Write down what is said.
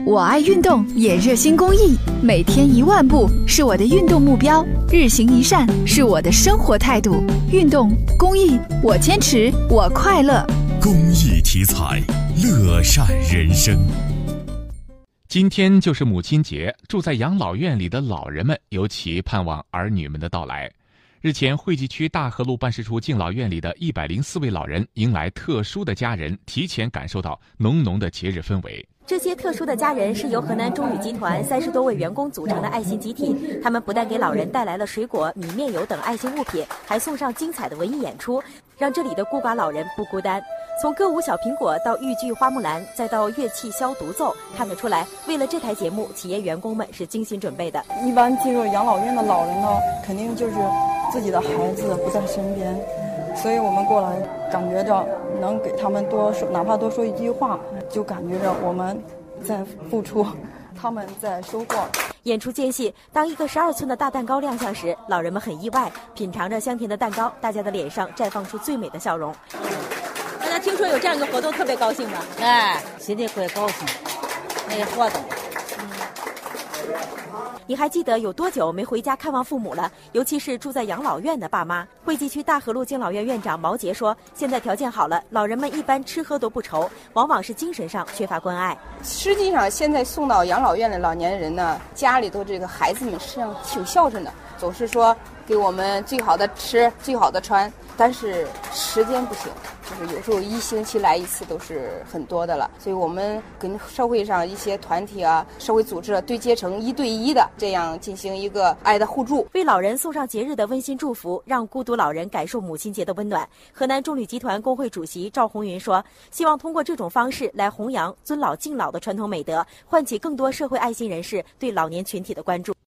我爱运动，也热心公益，每天1万步是我的运动目标，日行一善是我的生活态度。运动公益，我坚持，我快乐。 公益题材，乐善人生。 今天就是母亲节，住在养老院里的老人们尤其盼望儿女们的到来。日前，惠济区大河路办事处敬老院里的104位老人迎来特殊的家人，提前感受到浓浓的节日氛围。 这些特殊的家人是由河南中旅集团30多位员工组成的爱心集体，他们不但给老人带来了水果、米面油等爱心物品，还送上精彩的文艺演出，让这里的孤寡老人不孤单。从歌舞小苹果到豫剧花木兰，再到乐器箫独奏，看得出来，为了这台节目，企业员工们是精心准备的。 一般进入养老院的老人呢，肯定就是自己的孩子不在身边，所以我们过来感觉着能给他们多说，哪怕多说一句话，就感觉着我们在付出，他们在收获。 演出间隙，当一个12寸的大蛋糕亮相时，老人们很意外，品尝着香甜的蛋糕，大家的脸上绽放出最美的笑容。大家听说有这样一个活动，特别高兴吧？ 哎，心里会高兴。那个活动。 你还记得有多久没回家看望父母了？尤其是住在养老院的爸妈。惠济区大河路敬老院院长毛杰说，现在条件好了，老人们一般吃喝都不愁，往往是精神上缺乏关爱。 实际上现在送到养老院的老年人呢，家里头这个孩子们实际上挺孝顺的，总是说给我们最好的吃最好的穿，但是时间不行，就是有时候1星期来一次都是很多的了，所以我们跟社会上一些团体啊、社会组织对接成1对1的，这样进行一个爱的互助， 为老人送上节日的温馨祝福，让孤独老人感受母亲节的温暖。河南中旅集团工会主席赵红云说，希望通过这种方式来弘扬尊老敬老的传统美德，唤起更多社会爱心人士对老年群体的关注。